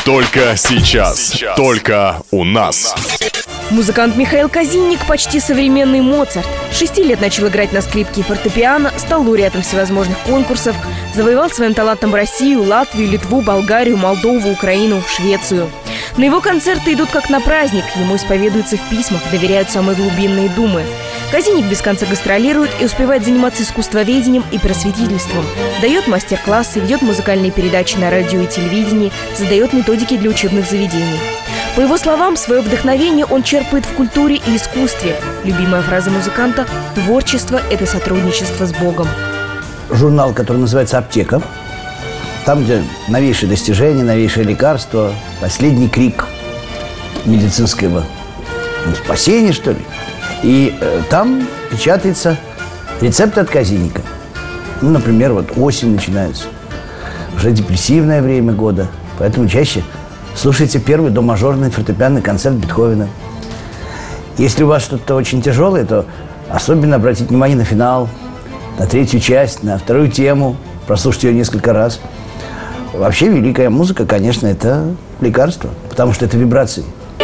Только сейчас. Только у нас. Музыкант Михаил Казинник – почти современный Моцарт. 6 лет начал играть на скрипке и фортепиано, стал лауреатом всевозможных конкурсов, завоевал своим талантом Россию, Латвию, Литву, Болгарию, Молдову, Украину, Швецию. На его концерты идут как на праздник, ему исповедуются в письмах, доверяют самые глубинные думы. Казинник без конца гастролирует и успевает заниматься искусствоведением и просветительством. Дает мастер-классы, ведет музыкальные передачи на радио и телевидении, задает методики для учебных заведений. По его словам, свое вдохновение он черпает в культуре и искусстве. Любимая фраза музыканта – творчество – это сотрудничество с Богом. Журнал, который называется «Аптека», там, где новейшие достижения, новейшие лекарства, последний крик медицинского спасения, что ли. И там печатается рецепт от Казинника. Ну, например, вот осень начинается, уже депрессивное время года, поэтому чаще слушайте первый домажорный фортепианный концерт Бетховена. Если у вас что-то очень тяжелое, то особенно обратите внимание на финал, на третью часть, на вторую тему, прослушайте ее несколько раз. Вообще великая музыка, конечно, это лекарство, потому что это вибрации.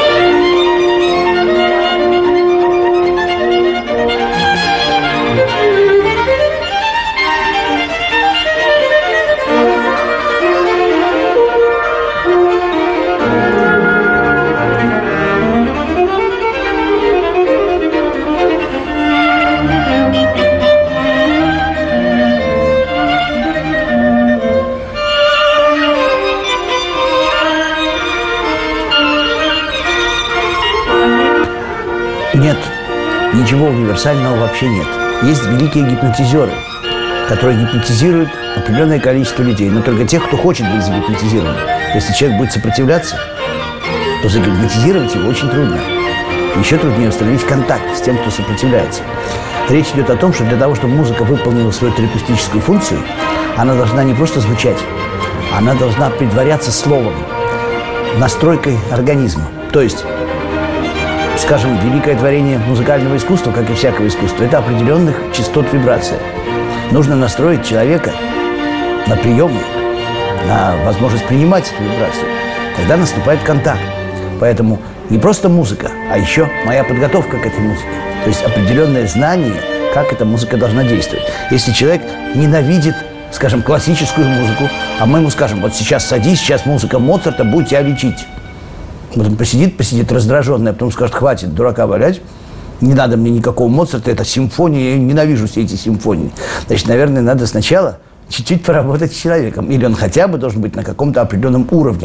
Нет, ничего универсального вообще нет. Есть великие гипнотизеры, которые гипнотизируют определенное количество людей, но только тех, кто хочет быть загипнотизированным. Если человек будет сопротивляться, то загипнотизировать его очень трудно. Еще труднее установить контакт с тем, кто сопротивляется. Речь идет о том, что для того, чтобы музыка выполнила свою терапевтическую функцию, она должна не просто звучать, она должна предваряться словом, настройкой организма. То есть, скажем, великое творение музыкального искусства, как и всякого искусства, это определенных частот вибрации. Нужно настроить человека на приемы, на возможность принимать эту вибрацию. Тогда наступает контакт. Поэтому не просто музыка, а еще моя подготовка к этой музыке. То есть определенное знание, как эта музыка должна действовать. Если человек ненавидит, скажем, классическую музыку, а мы ему скажем: вот сейчас садись, сейчас музыка Моцарта будет тебя лечить. Вот он посидит раздраженный, а потом скажет: хватит дурака валять, не надо мне никакого Моцарта, это симфония, я ненавижу все эти симфонии. Значит, наверное, надо сначала чуть-чуть поработать с человеком. Или он хотя бы должен быть на каком-то определенном уровне.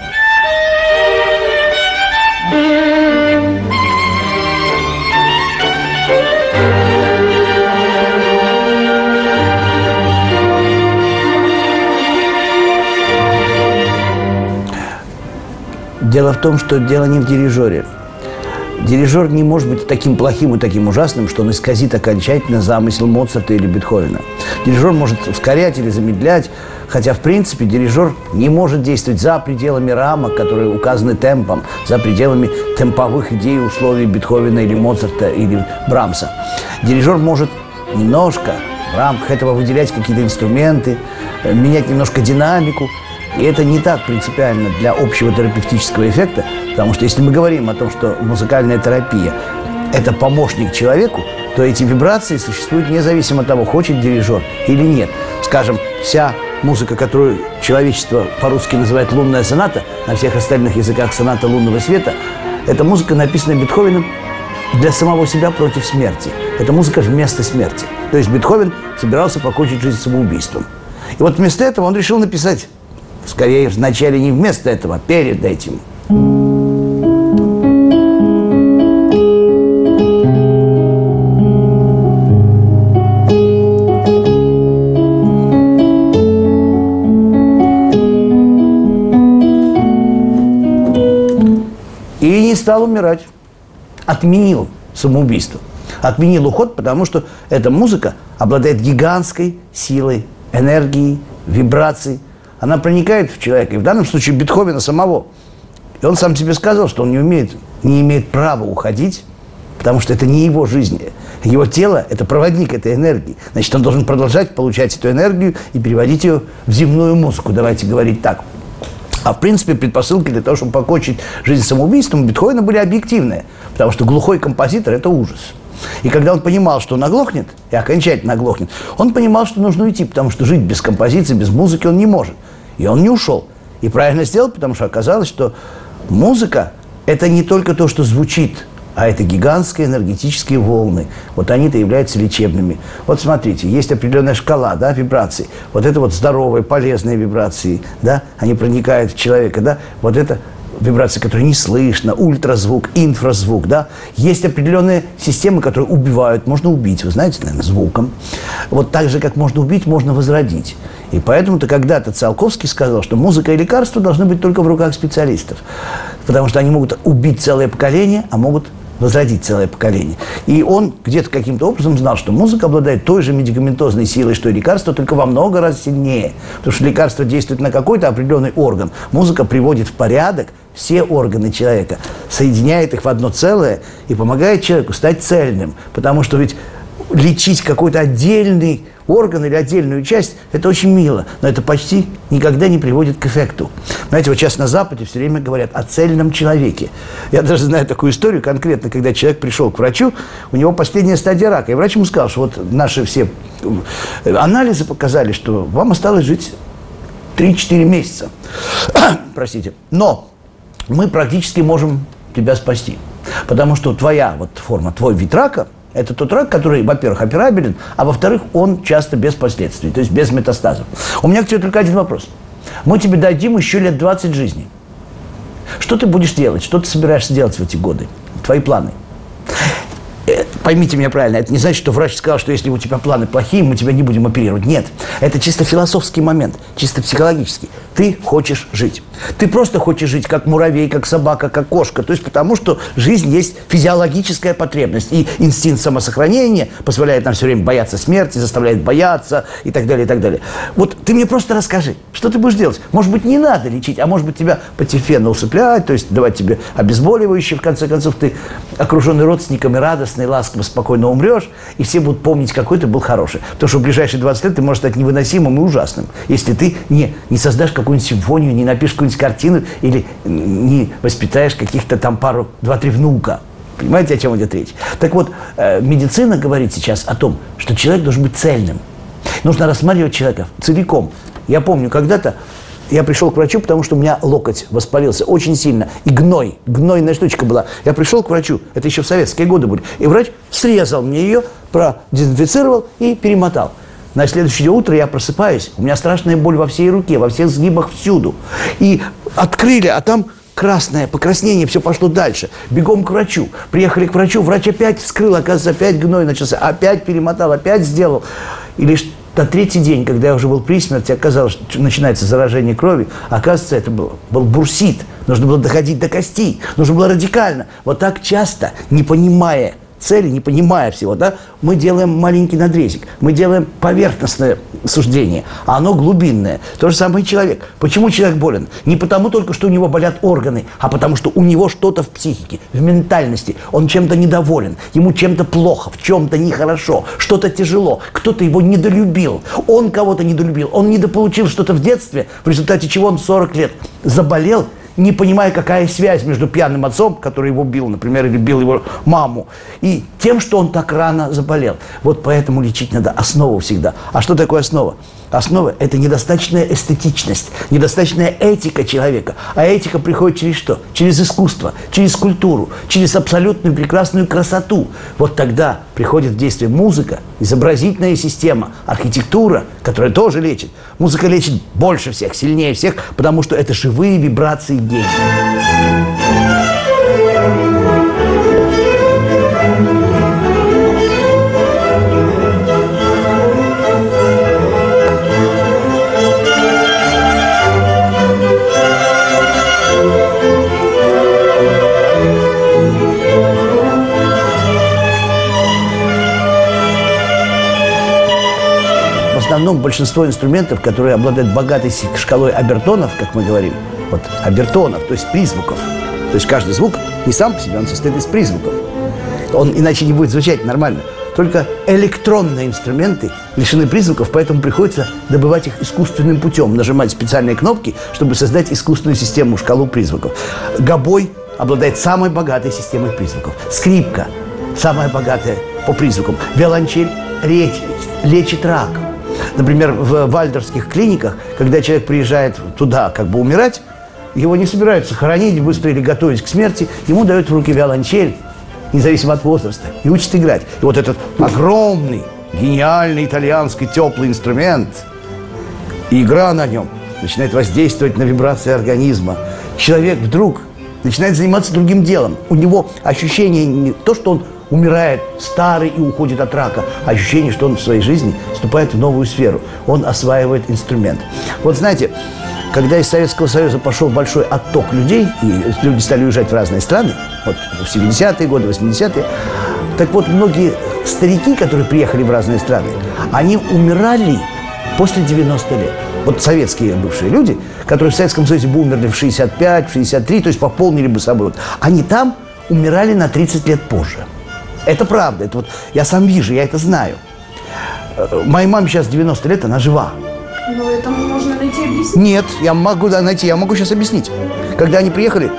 Дело в том, что дело не в дирижере. Дирижер не может быть таким плохим и таким ужасным, что он исказит окончательно замысел Моцарта или Бетховена. Дирижер может ускорять или замедлять, хотя, в принципе, дирижер не может действовать за пределами рамок, которые указаны темпом, за пределами темповых идей и условий Бетховена или Моцарта или Брамса. Дирижер может немножко в рамках этого выделять какие-то инструменты, менять немножко динамику. И это не так принципиально для общего терапевтического эффекта, потому что если мы говорим о том, что музыкальная терапия – это помощник человеку, то эти вибрации существуют независимо от того, хочет дирижер или нет. Скажем, вся музыка, которую человечество по-русски называет «лунная соната», на всех остальных языках «соната лунного света», эта музыка написана Бетховеном для самого себя против смерти. Это музыка вместо смерти. То есть Бетховен собирался покончить жизнь самоубийством. И вот вместо этого он решил написать, скорее, вначале не вместо этого, а перед этим. И не стал умирать. Отменил самоубийство. Отменил уход, потому что эта музыка обладает гигантской силой, энергией, вибрацией. Она проникает в человека, и в данном случае Бетховена самого. И он сам себе сказал, что он не имеет права уходить, потому что это не его жизнь. Его тело – это проводник этой энергии. Значит, он должен продолжать получать эту энергию и переводить ее в земную музыку, давайте говорить так. А в принципе предпосылки для того, чтобы покончить жизнь самоубийством, у Бетховена были объективные. Потому что глухой композитор – это ужас. И когда он понимал, что он оглохнет, и окончательно оглохнет, он понимал, что нужно уйти, потому что жить без композиции, без музыки он не может. И он не ушел. И правильно сделал, потому что оказалось, что музыка – это не только то, что звучит, а это гигантские энергетические волны. Вот они-то являются лечебными. Вот смотрите, есть определенная шкала, да, вибраций. Вот это вот здоровые, полезные вибрации, да, они проникают в человека, да. Вот это вибрации, которые не слышно, ультразвук, инфразвук, да. Есть определенные системы, которые убивают, можно убить, вы знаете, наверное, звуком. Вот так же, как можно убить, можно возродить. И поэтому-то когда-то Циолковский сказал, что музыка и лекарства должны быть только в руках специалистов. Потому что они могут убить целое поколение, а могут возродить целое поколение. И он где-то каким-то образом знал, что музыка обладает той же медикаментозной силой, что и лекарство, только во много раз сильнее. Потому что лекарство действует на какой-то определенный орган. Музыка приводит в порядок все органы человека, соединяет их в одно целое и помогает человеку стать цельным. Потому что ведь лечить какой-то отдельный орган или отдельную часть, это очень мило, но это почти никогда не приводит к эффекту. Знаете, вот сейчас на Западе все время говорят о цельном человеке. Я даже знаю такую историю конкретно, когда человек пришел к врачу, у него последняя стадия рака, и врач ему сказал, что вот наши все анализы показали, что вам осталось жить 3-4 месяца. Простите. Но мы практически можем тебя спасти, потому что твоя вот форма, твой вид рака, это тот рак, который, во-первых, операбелен, а во-вторых, он часто без последствий, то есть без метастазов. У меня к тебе только один вопрос. Мы тебе дадим еще лет 20 жизни. Что ты будешь делать? Что ты собираешься делать в эти годы? Твои планы. Поймите меня правильно, это не значит, что врач сказал, что если у тебя планы плохие, мы тебя не будем оперировать. Нет, это чисто философский момент, чисто психологический. Ты хочешь жить. Ты просто хочешь жить, как муравей, как собака, как кошка. То есть потому, что жизнь есть физиологическая потребность. И инстинкт самосохранения позволяет нам все время бояться смерти, заставляет бояться и так далее, и так далее. Вот ты мне просто расскажи, что ты будешь делать? Может быть, не надо лечить, а может быть, тебя постепенно усыплять, то есть давать тебе обезболивающие. В конце концов, ты окруженный родственниками, радостный, ласково, спокойно умрешь, и все будут помнить, какой ты был хороший. Потому что в ближайшие 20 лет ты можешь стать невыносимым и ужасным, если ты не создашь какую-нибудь симфонию, не напишешь какую-нибудь картину или не воспитаешь каких-то там пару, 2-3 внука. Понимаете, о чем идет речь? Так вот, медицина говорит сейчас о том, что человек должен быть цельным. Нужно рассматривать человека целиком. Я помню, когда-то я пришел к врачу, потому что у меня локоть воспалился очень сильно. И гнойная штучка была. Я пришел к врачу, это еще в советские годы были. И врач срезал мне ее, продезинфицировал и перемотал. На следующее утро я просыпаюсь, у меня страшная боль во всей руке, во всех сгибах, всюду. И открыли, а там красное, покраснение, все пошло дальше. Бегом к врачу. Приехали к врачу, врач опять вскрыл, оказывается, опять гной начался, опять перемотал, опять сделал. И лишь на 3-й день, когда я уже был при смерти, оказалось, что начинается заражение крови, оказывается, это был бурсит. Нужно было доходить до костей, нужно было радикально. Вот так часто, не понимая цели, не понимая всего, да, мы делаем маленький надрезик, мы делаем поверхностное суждение, а оно глубинное. То же самое и человек. Почему человек болен? Не потому только, что у него болят органы, а потому что у него что-то в психике, в ментальности. Он чем-то недоволен, ему чем-то плохо, в чем-то нехорошо, что-то тяжело, кто-то его недолюбил, он кого-то недолюбил, он недополучил что-то в детстве, в результате чего он 40 лет заболел, не понимая, какая связь между пьяным отцом, который его бил, например, или бил его маму, и тем, что он так рано заболел. Вот поэтому лечить надо основу всегда. А что такое основа? Основа – это недостаточная эстетичность, недостаточная этика человека. А этика приходит через что? Через искусство, через культуру, через абсолютную прекрасную красоту. Вот тогда приходит в действие музыка, изобразительная система, архитектура, которая тоже лечит. Музыка лечит больше всех, сильнее всех, потому что это живые вибрации гения. В основном большинство инструментов, которые обладают богатой шкалой обертонов, как мы говорим, вот обертонов, то есть призвуков. То есть каждый звук не сам по себе, он состоит из призвуков. Он иначе не будет звучать нормально. Только электронные инструменты лишены призвуков, поэтому приходится добывать их искусственным путем, нажимать специальные кнопки, чтобы создать искусственную систему, шкалу призвуков. Гобой обладает самой богатой системой призвуков. Скрипка самая богатая по призвукам. Виолончель лечит рак. Например, в вальдорфских клиниках, когда человек приезжает туда как бы умирать, его не собираются хоронить быстро или готовить к смерти, ему дают в руки виолончель, независимо от возраста, и учат играть. И вот этот огромный, гениальный итальянский теплый инструмент, и игра на нем начинает воздействовать на вибрации организма. Человек вдруг начинает заниматься другим делом. У него ощущение не то, что он умирает старый и уходит от рака, а ощущение, что он в своей жизни вступает в новую сферу. Он осваивает инструмент. Вот знаете, когда из Советского Союза пошел большой отток людей, и люди стали уезжать в разные страны, вот в 70-е годы, 80-е, так вот многие старики, которые приехали в разные страны, они умирали после 90 лет. Вот советские бывшие люди, которые в Советском Союзе бы умерли в 65, в 63, то есть пополнили бы собой, вот, они там умирали на 30 лет позже. Это правда, это вот я сам вижу, я это знаю. Моей маме сейчас 90 лет, она жива. Но это можно найти и объяснить. Нет, я могу найти, я могу сейчас объяснить. Когда они приехали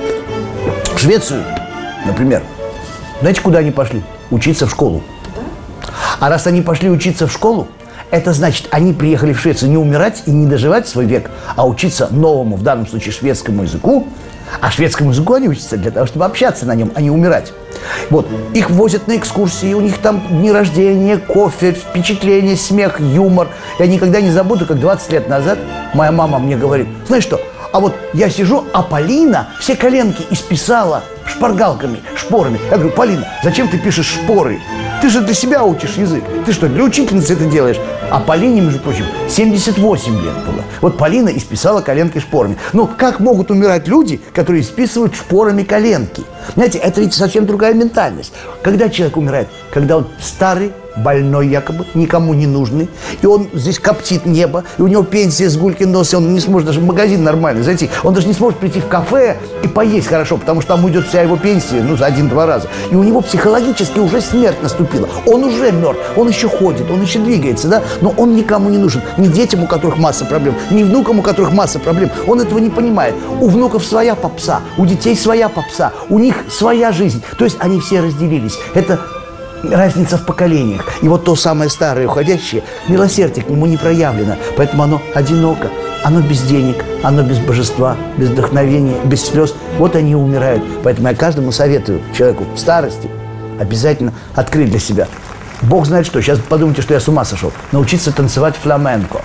в Швецию, например, знаете, куда они пошли? Учиться в школу. Да? А раз они пошли учиться в школу, это значит, они приехали в Швецию не умирать и не доживать свой век, а учиться новому, в данном случае, шведскому языку. А шведскому языку они учатся для того, чтобы общаться на нем, а не умирать. Вот. Их возят на экскурсии, у них там дни рождения, кофе, впечатление, смех, юмор. Я никогда не забуду, как 20 лет назад моя мама мне говорит: знаешь что, а вот я сижу, а Полина все коленки исписала шпаргалками, шпорами. Я говорю: Полина, зачем ты пишешь шпоры? Ты же для себя учишь язык. Ты что, для учительницы это делаешь? А Полине, между прочим, 78 лет было. Вот Полина исписала коленки шпорами. Ну, как могут умирать люди, которые исписывают шпорами коленки? Знаете, это ведь совсем другая ментальность. Когда человек умирает? Когда он старый, больной якобы, никому не нужный, и он здесь коптит небо, и у него пенсия с гулькин нос, и он не сможет даже в магазин нормально зайти. Он даже не сможет прийти в кафе и поесть хорошо, потому что там уйдет вся его пенсия, ну, за 1-2 раза. И у него психологически уже смерть наступила. Он уже мертв, он еще ходит, он еще двигается, да, но он никому не нужен. Ни детям, у которых масса проблем, ни внукам, у которых масса проблем. Он этого не понимает. У внуков своя попса, у детей своя попса, у них своя жизнь. То есть они все разделились. Это разница в поколениях. И вот то самое старое, уходящее, милосердие к нему не проявлено. Поэтому оно одиноко, оно без денег, оно без божества, без вдохновения, без слез. Вот они и умирают. Поэтому я каждому советую человеку в старости обязательно открыть для себя. Бог знает что. Сейчас подумайте, что я с ума сошел. Научиться танцевать фламенко.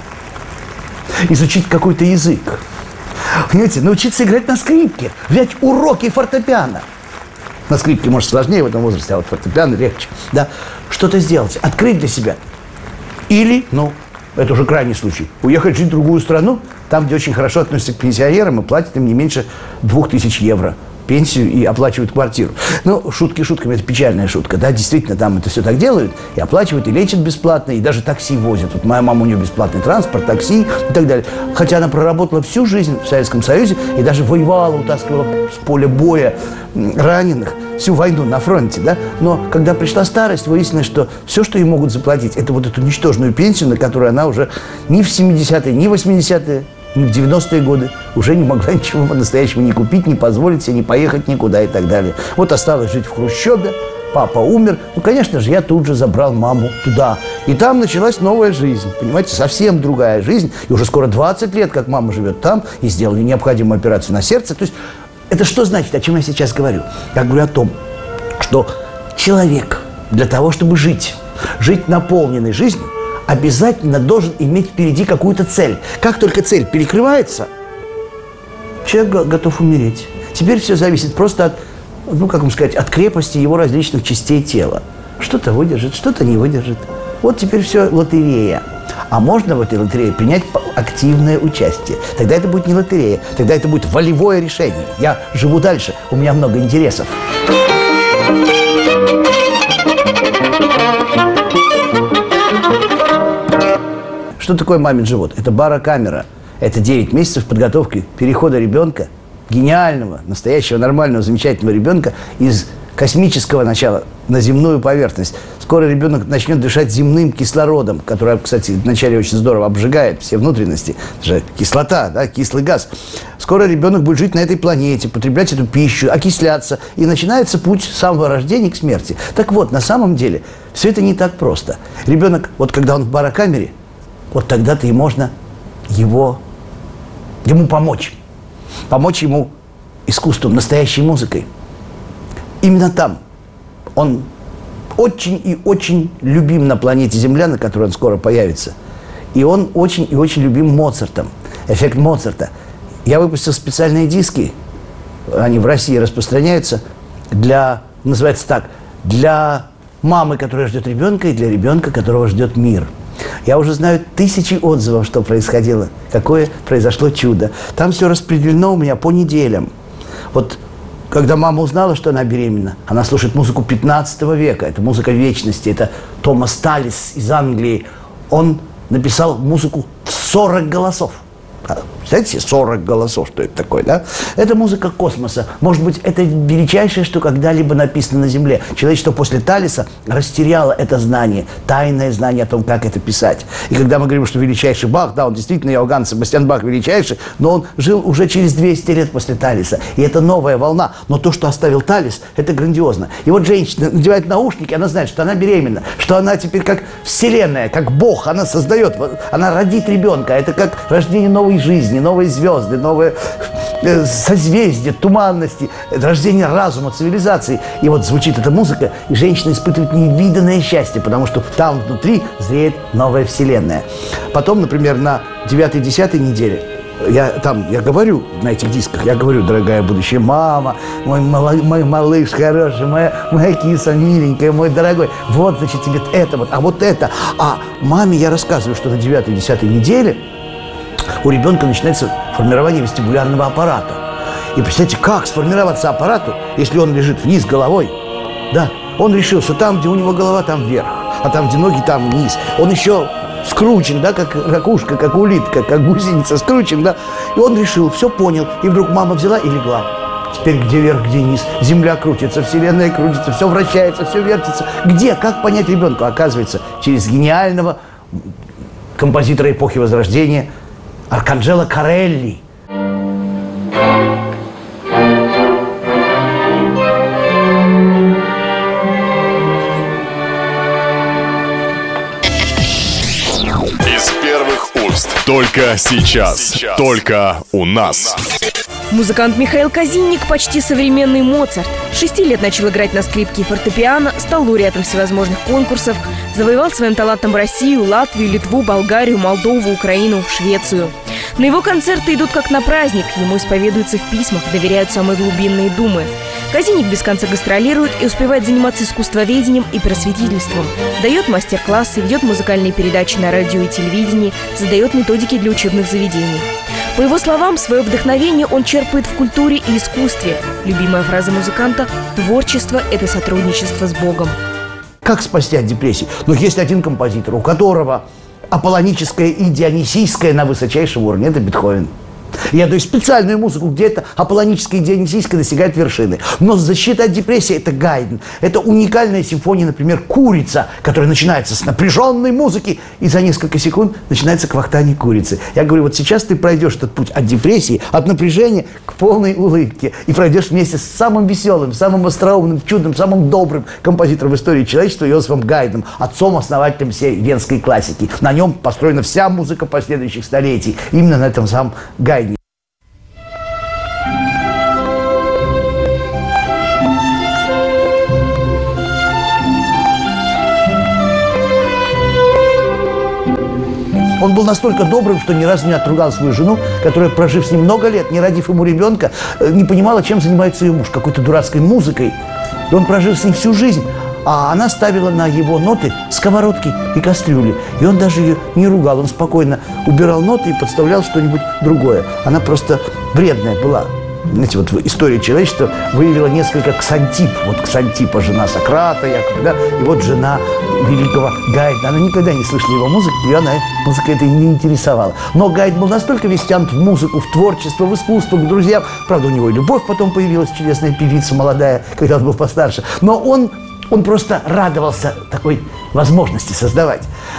Изучить какой-то язык. Понимаете, научиться играть на скрипке. Взять уроки фортепиано. На скрипке, может, сложнее в этом возрасте, а вот фортепиано легче. Да? Что-то сделать, открыть для себя. Или, ну, это уже крайний случай, уехать жить в другую страну, там, где очень хорошо относятся к пенсионерам и платят им не меньше 2000 евро пенсию и оплачивают квартиру. Ну, шутки шутками, это печальная шутка, да, действительно, там это все так делают, и оплачивают, и лечат бесплатно, и даже такси возят. Вот моя мама, у нее бесплатный транспорт, такси и так далее. Хотя она проработала всю жизнь в Советском Союзе и даже воевала, утаскивала с поля боя раненых всю войну на фронте, да, но когда пришла старость, выяснилось, что все, что ей могут заплатить, это вот эту ничтожную пенсию, на которую она уже ни в 70-е, ни в 80-е, в 90-е годы уже не могла ничего по-настоящему не купить, не позволить себе, не поехать никуда и так далее. Вот осталось жить в хрущебе, папа умер. Ну, конечно же, я тут же забрал маму туда. И там началась новая жизнь, понимаете, совсем другая жизнь. И уже скоро 20 лет, как мама живет там, и сделали необходимую операцию на сердце. То есть это что значит, о чем я сейчас говорю? Я говорю о том, что человек для того, чтобы жить наполненной жизнью, обязательно должен иметь впереди какую-то цель. Как только цель перекрывается, человек готов умереть. Теперь все зависит просто от, ну, как вам сказать, от крепости его различных частей тела. Что-то выдержит, что-то не выдержит. Вот теперь все лотерея. А можно в этой лотерее принять активное участие. Тогда это будет не лотерея, тогда это будет волевое решение. Я живу дальше, у меня много интересов. Что такое мамин живот? Это барокамера. Это 9 месяцев подготовки перехода ребенка, гениального, настоящего, нормального, замечательного ребенка из космического начала на земную поверхность. Скоро ребенок начнет дышать земным кислородом, который, кстати, вначале очень здорово обжигает все внутренности. Это же кислота, да, кислый газ. Скоро ребенок будет жить на этой планете, потреблять эту пищу, окисляться. И начинается путь с самого рождения к смерти. Так вот, на самом деле, все это не так просто. Ребенок, вот когда он в барокамере, вот тогда-то и можно ему помочь. Помочь ему искусством, настоящей музыкой. Именно там он очень и очень любим на планете Земля, на которой он скоро появится. И он очень и очень любим Моцартом. Эффект Моцарта. Я выпустил специальные диски, они в России распространяются, называется так, для мамы, которая ждет ребенка, и для ребенка, которого ждет мир. Я уже знаю тысячи отзывов, что происходило, какое произошло чудо. Там все распределено у меня по неделям. Вот когда мама узнала, что она беременна, она слушает музыку 15 века, это музыка вечности, это Томас Талис из Англии. Он написал музыку в 40 голосов. Представляете, 40 голосов, что это такое, да? Это музыка космоса. Может быть, это величайшее, что когда-либо написано на Земле. Человечество после Талиса растеряло это знание, тайное знание о том, как это писать. И когда мы говорим, что величайший Бах, да, он действительно, Иоганн Себастьян Бах величайший, но он жил уже через 200 лет после Талиса. И это новая волна. Но то, что оставил Талис, это грандиозно. И вот женщина надевает наушники, она знает, что она беременна, что она теперь как вселенная, как Бог, она создает, она родит ребенка. Это как рождение новой жизни, новые звезды, новые созвездия, туманности, рождение разума, цивилизации. И вот звучит эта музыка, и женщина испытывает невиданное счастье, потому что там внутри зреет новая вселенная. Потом, например, на 9-10 неделе я говорю на этих дисках, я говорю: дорогая будущая мама, мой малыш хороший, моя киса миленькая, мой дорогой, вот, значит, тебе это вот, а вот это. А маме я рассказываю, что на 9-10 неделе у ребенка начинается формирование вестибулярного аппарата. И представьте, как сформироваться аппарату, если он лежит вниз головой? Да, он решил, что там, где у него голова, там вверх, а там, где ноги, там вниз. Он еще скручен, да, как ракушка, как улитка, как гусеница, скручен, да. И он решил, все понял. И вдруг мама взяла и легла. Теперь где вверх, где низ? Земля крутится, вселенная крутится, все вращается, все вертится. Где? Как понять ребенку? Оказывается, через гениального композитора эпохи Возрождения Арканджело Корелли. Из первых уст. Только сейчас. Только у нас. Музыкант Михаил Казинник почти современный Моцарт. С 6 лет начал играть на скрипке и фортепиано, стал лауреатом всевозможных конкурсов, завоевал своим талантом Россию, Латвию, Литву, Болгарию, Молдову, Украину, Швецию. На его концерты идут как на праздник, ему исповедуются в письмах, доверяют самые глубинные думы. Казинник без конца гастролирует и успевает заниматься искусствоведением и просветительством. Дает мастер-классы, ведет музыкальные передачи на радио и телевидении, задает методики для учебных заведений. По его словам, свое вдохновение он черпает в культуре и искусстве. Любимая фраза музыканта – творчество – это сотрудничество с Богом. Как спасти от депрессии? Но есть один композитор, у которого аполлоническое и дионисийское на высочайшем уровне – это Бетховен. Я даю специальную музыку, где это аполлоническое и дионисийское достигает вершины. Но защита от депрессии – это Гайден. Это уникальная симфония, например, «Курица», которая начинается с напряженной музыки, и за несколько секунд начинается квахтание курицы. Я говорю, вот сейчас ты пройдешь этот путь от депрессии, от напряжения к полной улыбке. И пройдешь вместе с самым веселым, самым остроумным, чудным, самым добрым композитором в истории человечества Йозефом Гайденом, отцом-основателем всей венской классики. На нем построена вся музыка последующих столетий. Именно на этом самом Гайдене. Он был настолько добрым, что ни разу не отругал свою жену, которая, прожив с ним много лет, не родив ему ребенка, не понимала, чем занимается ее муж, какой-то дурацкой музыкой. И он прожил с ним всю жизнь, а она ставила на его ноты сковородки и кастрюли. И он даже ее не ругал, он спокойно убирал ноты и подставлял что-нибудь другое. Она просто вредная была. Знаете, вот история человечества выявила несколько ксантип. Вот Ксантипа, жена Сократа, якобы, да, и вот жена великого Гайдна. Она никогда не слышала его музыки, ее музыка это не интересовала. Но Гайдн был настолько весь втянут в музыку, в творчество, в искусство, к друзьям. Правда, у него и любовь потом появилась, чудесная певица молодая, когда он был постарше. Но он просто радовался такой возможности создавать.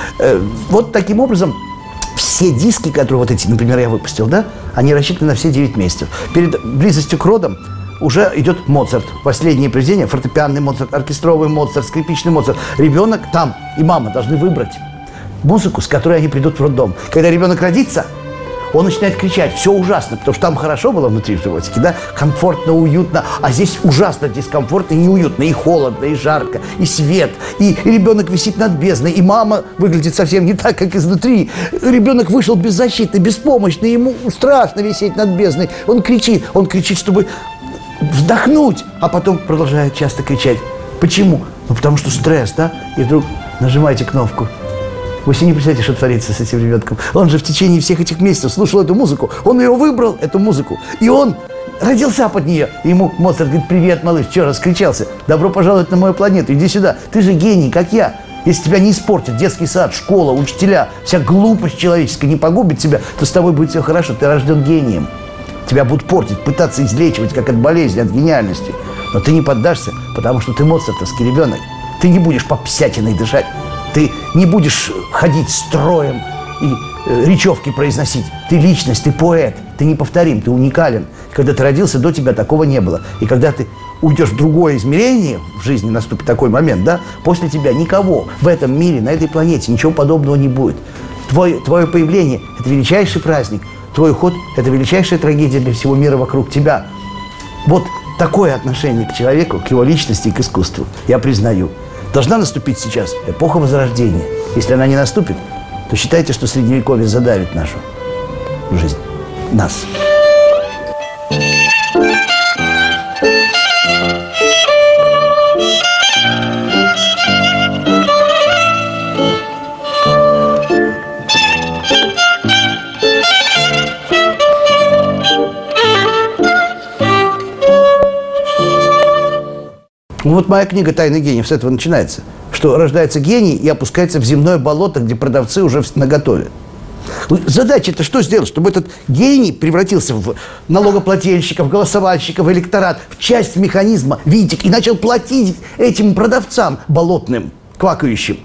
Вот таким образом все диски, которые вот эти, например, я выпустил, да, они рассчитаны на все 9 месяцев. Перед близостью к родам уже идет Моцарт. Последнее произведение: фортепианный Моцарт, оркестровый Моцарт, скрипичный Моцарт. Ребенок там и мама должны выбрать музыку, с которой они придут в роддом. Когда ребенок родится, он начинает кричать: все ужасно, потому что там хорошо было внутри в животике, да, комфортно, уютно, а здесь ужасно дискомфортно и неуютно, и холодно, и жарко, и свет, и ребенок висит над бездной, и мама выглядит совсем не так, как изнутри. Ребенок вышел беззащитный, беспомощный, ему страшно висеть над бездной. Он кричит, чтобы вдохнуть, а потом продолжает часто кричать. Почему? Ну, потому что стресс, да, и вдруг нажимаете кнопку. Вы себе не представляете, что творится с этим ребенком. Он же в течение всех этих месяцев слушал эту музыку. Он ее выбрал, эту музыку. И он родился под нее. И ему Моцарт говорит: привет, малыш, что раскричался? Добро пожаловать на мою планету, иди сюда. Ты же гений, как я. Если тебя не испортит детский сад, школа, учителя, вся глупость человеческая не погубит тебя, то с тобой будет все хорошо. Ты рожден гением. Тебя будут портить, пытаться излечивать, как от болезни, от гениальности. Но ты не поддашься, потому что ты моцартовский ребенок. Ты не будешь по псятиной дышать. Ты не будешь ходить строем и речевки произносить. Ты личность, ты поэт, ты неповторим, ты уникален. Когда ты родился, до тебя такого не было. И когда ты уйдешь в другое измерение, в жизни наступит такой момент, да, после тебя никого в этом мире, на этой планете, ничего подобного не будет. Твое появление – это величайший праздник. Твой уход – это величайшая трагедия для всего мира вокруг тебя. Вот такое отношение к человеку, к его личности и к искусству я признаю. Должна наступить сейчас эпоха Возрождения. Если она не наступит, то считайте, что Средневековье задавит нашу жизнь, нас. Ну вот моя книга «Тайны гениев» с этого начинается. Что рождается гений и опускается в земное болото, где продавцы уже наготове. Задача-то что сделать? Чтобы этот гений превратился в налогоплательщика, в голосовальщика, в электорат, в часть механизма, винтик, и начал платить этим продавцам болотным, квакающим.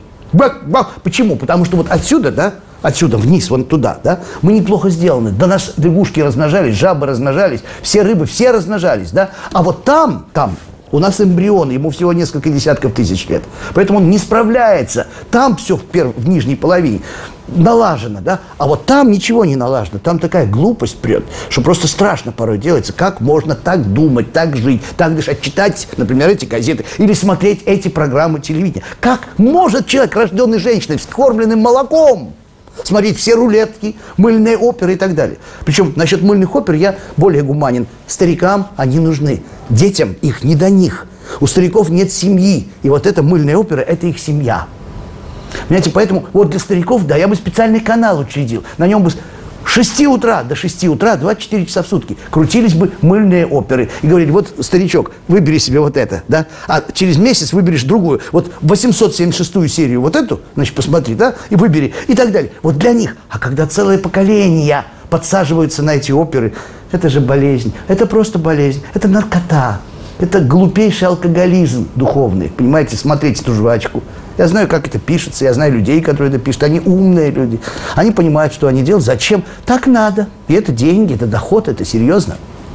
Почему? Потому что вот отсюда, да, отсюда вниз, вон туда, да, мы неплохо сделаны. До нас лягушки размножались, жабы размножались, все рыбы, все размножались, да. А вот там у нас эмбрион, ему всего несколько десятков тысяч лет. Поэтому он не справляется. Там все в нижней половине налажено, да? А вот там ничего не налажено. Там такая глупость прет, что просто страшно порой делается. Как можно так думать, так жить, так дышать, читать, например, эти газеты или смотреть эти программы телевидения? Как может человек, рожденный женщиной, вскормленным молоком, смотреть все рулетки, мыльные оперы и так далее? Причем насчет мыльных опер я более гуманен. Старикам они нужны. Детям их не до них. У стариков нет семьи. И вот эта мыльная опера – это их семья. Понимаете, поэтому вот для стариков, да, я бы специальный канал учредил. На нем бы с 6 утра до 6 утра, 24 часа в сутки крутились бы мыльные оперы. И говорили: вот, старичок, выбери себе вот это, да, а через месяц выберешь другую. Вот 876-ю серию вот эту, значит, посмотри, да, и выбери, и так далее. Вот для них. А когда целое поколение подсаживаются на эти оперы, это же болезнь, это просто болезнь, это наркота, это глупейший алкоголизм духовный, понимаете, смотреть эту жвачку. Я знаю, как это пишется, я знаю людей, которые это пишут, они умные люди, они понимают, что они делают, зачем, так надо, и это деньги, это доход, это серьезно.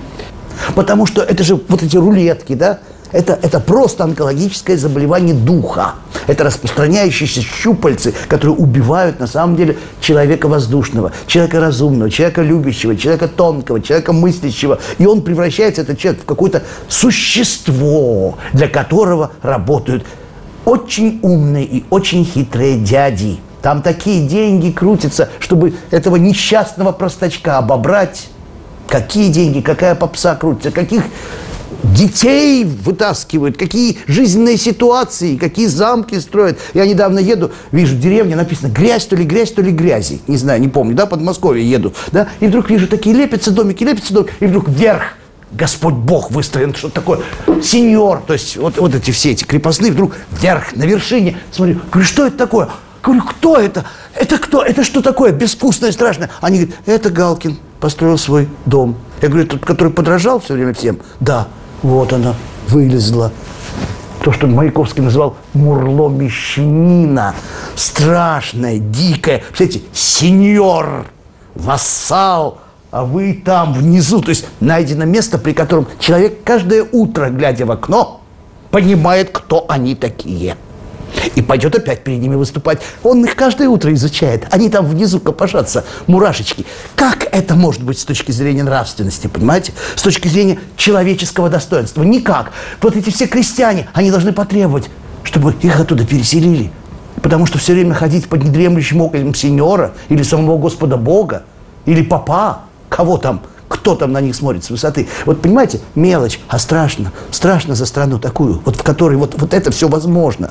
Потому что это же вот эти рулетки, да, это просто онкологическое заболевание духа. Это распространяющиеся щупальцы, которые убивают на самом деле человека воздушного, человека разумного, человека любящего, человека тонкого, человека мыслящего. И он превращается, этот человек, в какое-то существо, для которого работают очень умные и очень хитрые дяди. Там такие деньги крутятся, чтобы этого несчастного простачка обобрать. Какие деньги, какая попса крутится, каких детей вытаскивают, какие жизненные ситуации, какие замки строят. Я недавно еду, вижу, деревня, написано грязь, то ли грязи. Не знаю, не помню, да, Подмосковье еду, да, и вдруг вижу, такие лепятся домики, и вдруг вверх Господь Бог выстроен, что такое сеньор, то есть вот эти все эти крепостные вдруг вверх, на вершине. Смотрю, говорю, что это такое? Говорю, кто это? Это кто? Это что такое? Безвкусное, страшное. Они говорят, это Галкин построил свой дом. Я говорю, тот, который подражал все время всем? Да, вот она вылезла. То, что Маяковский называл мурло мещанина. Страшное, дикое. Представляете, сеньор, вассал, а вы там внизу. То есть найдено место, при котором человек каждое утро, глядя в окно, понимает, кто они такие. И пойдет опять перед ними выступать. Он их каждое утро изучает. Они там внизу копошатся, мурашечки. Как это может быть с точки зрения нравственности, понимаете? С точки зрения человеческого достоинства? Никак. Вот эти все крестьяне, они должны потребовать, чтобы их оттуда переселили. Потому что все время ходить под недремлющим оком сеньора или самого Господа Бога, или папа, кого там, кто там на них смотрит с высоты. Вот понимаете, мелочь, а страшно. Страшно за страну такую, вот в которой вот это все возможно.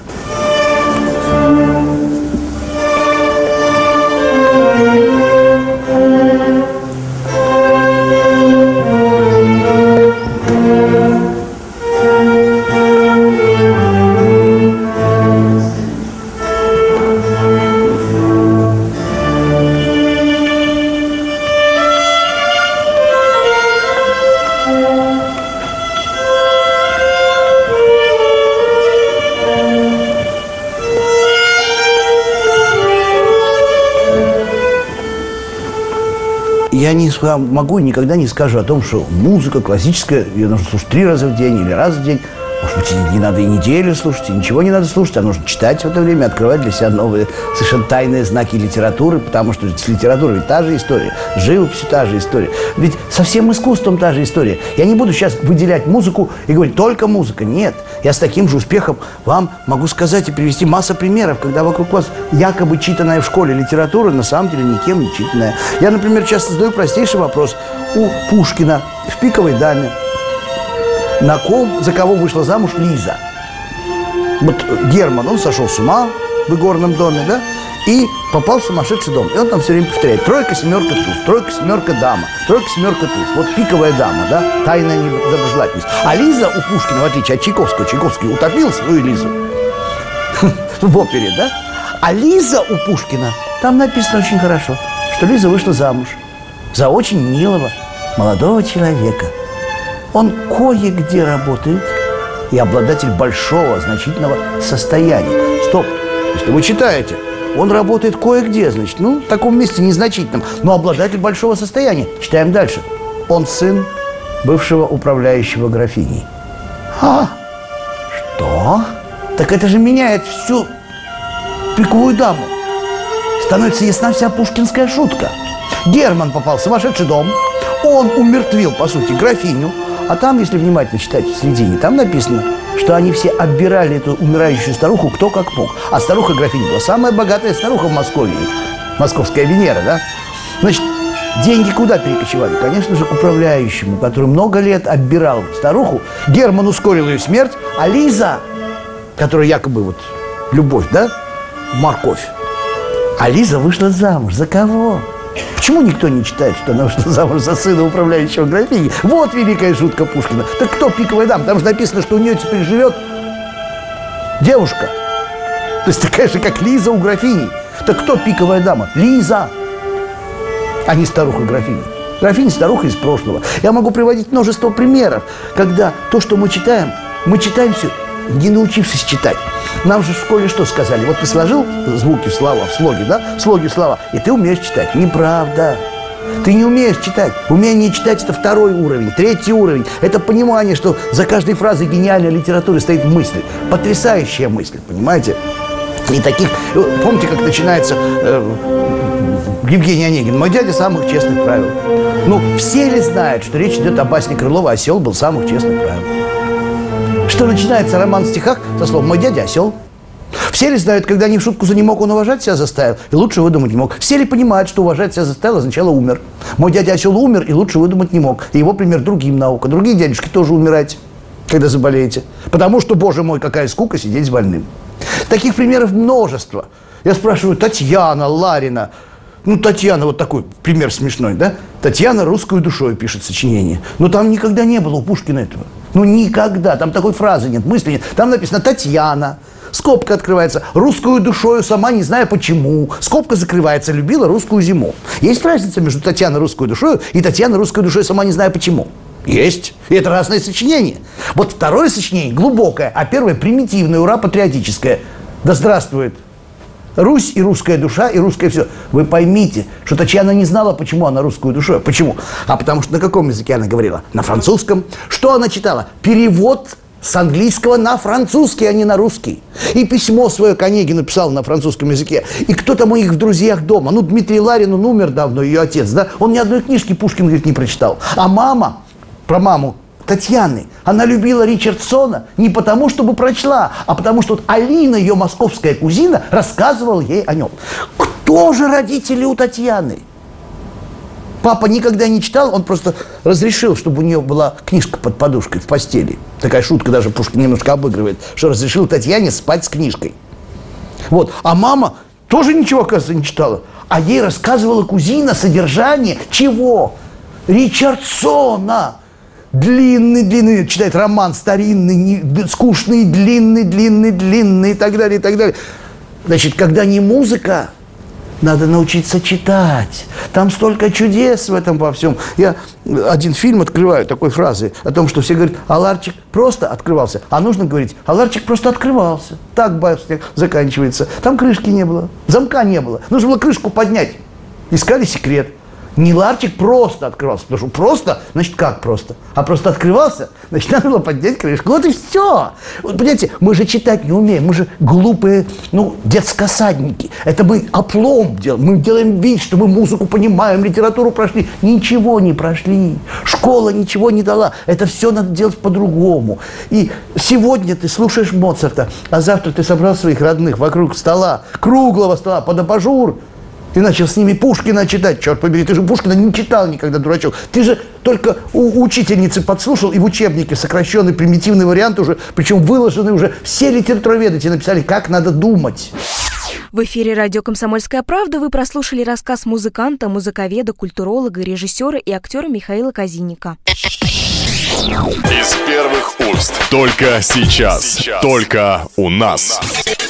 Я не могу и никогда не скажу о том, что музыка классическая, ее нужно слушать 3 раза в день или раз в день. Может быть, не надо и неделю слушать, и ничего не надо слушать, а нужно читать в это время, открывать для себя новые, совершенно тайные знаки литературы, потому что с литературой ведь та же история, с живописью та же история. Ведь со всем искусством та же история. Я не буду сейчас выделять музыку и говорить, только музыка. Нет, я с таким же успехом вам могу сказать и привести массу примеров, когда вокруг вас якобы читанная в школе литература, на самом деле никем не читанная. Я, например, часто задаю простейший вопрос. У Пушкина в «Пиковой даме» за кого вышла замуж Лиза? Вот Герман, он сошел с ума в игорном доме, да, и попал в сумасшедший дом. И он там все время повторяет: тройка, семерка, туз, тройка, семерка, дама, тройка, семерка, туз. Вот пиковая дама, да, тайная недоброжелательность. А Лиза у Пушкина, в отличие от Чайковского, Чайковский утопил свою Лизу в опере, да? А Лиза у Пушкина, там написано очень хорошо, что Лиза вышла замуж за очень милого молодого человека. Он кое-где работает и обладатель большого, значительного состояния. Стоп! Если вы читаете, он работает кое-где, значит, в таком месте незначительном, но обладатель большого состояния. Читаем дальше. Он сын бывшего управляющего графиней. А? Что? Так это же меняет всю «Пиковую даму». Становится ясна вся пушкинская шутка. Герман попал в сумасшедший дом, он умертвил, по сути, графиню. А там, если внимательно читать в середине, там написано, что они все оббирали эту умирающую старуху кто как мог. А старуха-графиня была самая богатая старуха в Москве. Московская Венера, да? Значит, деньги куда перекочевали? Конечно же, к управляющему, который много лет оббирал старуху. Герман ускорил ее смерть, а Лиза, которая якобы вот любовь, да? Морковь. А Лиза вышла замуж. За кого? Почему никто не читает, что она вышла замуж за сына управляющего графини? Вот великая шутка Пушкина. Так кто пиковая дама? Там же написано, что у нее теперь живет девушка. То есть такая же, как Лиза у графини. Так кто пиковая дама? Лиза, а не старуха-графиня. Графиня – старуха из прошлого. Я могу приводить множество примеров, когда то, что мы читаем все, не научившись читать. Нам же в школе что сказали? Вот ты сложил звуки в слова, в слоге, да? Слоги в слова, и ты умеешь читать. Неправда. Ты не умеешь читать. Умение читать – это 2-й уровень, 3-й уровень. Это понимание, что за каждой фразой гениальной литературы стоит мысль. Потрясающая мысль, понимаете? И таких... Помните, как начинается Евгений Онегин? «Мой дядя самых честных правил». Все ли знают, что речь идет о басне Крылова «Осел был самых честных правил»? Что начинается роман в стихах со слов «мой дядя осел». Все ли знают, когда не в шутку за «не мог, он уважать себя заставил», и лучше выдумать не мог? Все ли понимают, что уважать себя заставил означало «умер»? Мой дядя осел умер, и лучше выдумать не мог. И его пример другим наука. Другие дядюшки тоже умирайте, когда заболеете. Потому что, боже мой, какая скука сидеть с больным. Таких примеров множество. Я спрашиваю: Татьяна, Ларина, Ну, Татьяна, вот такой пример смешной, да? Татьяна русскую душой пишет сочинение. Но там никогда не было у Пушкина этого. Ну, никогда. Там такой фразы нет, мысли нет. Там написано «Татьяна». Скобка открывается. Русскую душою, сама не знаю почему. Скобка закрывается. Любила русскую зиму. Есть разница между Татьяной русскую душою и Татьяной русской душой, сама не знаю почему? Есть. И это разные сочинения. Вот второе сочинение глубокое, а первое примитивное, ура, патриотическое. Да здравствует Русь и русская душа, и русское все. Вы поймите, что Татьяна не знала, почему она русскую душу. Почему? А потому что на каком языке она говорила? На французском. Что она читала? Перевод с английского на французский, а не на русский. И письмо свое к Онегину писал на французском языке. И кто там у них в друзьях дома? Ну, Дмитрий Ларин, он умер давно, ее отец, да? Он ни одной книжки Пушкин, говорит, не прочитал. А мама, про маму Татьяны, она любила Ричардсона не потому, чтобы прочла, а потому, что вот Алина, ее московская кузина, рассказывала ей о нем. Кто же родители у Татьяны? Папа никогда не читал, он просто разрешил, чтобы у нее была книжка под подушкой в постели. Такая шутка даже Пушкин немножко обыгрывает, что разрешил Татьяне спать с книжкой. Вот. А мама тоже ничего, оказывается, не читала. А ей рассказывала кузина содержание чего? Ричардсона. Длинный, читает роман старинный, скучный, длинный и так далее, и так далее. Значит, когда не музыка, надо научиться читать. Там столько чудес в этом во всем. Я один фильм открываю такой фразой о том, что все говорят, а ларчик просто открывался. А нужно говорить, а ларчик просто открывался. Так басня заканчивается. Там крышки не было, замка не было. Нужно было крышку поднять. Искали секрет. Не ларчик просто открывался, потому что просто, значит, как просто? А просто открывался, значит, надо было поднять крышку. Вот и все. Вот, понимаете, мы же читать не умеем, мы же глупые, детскосадники. Это мы оплом делаем, мы делаем вид, что мы музыку понимаем, литературу прошли. Ничего не прошли, школа ничего не дала. Это все надо делать по-другому. И сегодня ты слушаешь Моцарта, а завтра ты собрал своих родных вокруг стола, круглого стола, под абажур, и начал с ними Пушкина читать. Черт побери, ты же Пушкина не читал никогда, дурачок. Ты же только у учительницы подслушал, и в учебнике сокращенный, примитивный вариант уже, причем выложенный уже. Все литературоведы тебе написали, как надо думать. В эфире радио «Комсомольская правда» вы прослушали рассказ музыканта, музыковеда, культуролога, режиссера и актера Михаила Казинника. Из первых уст. Только сейчас. Только у нас.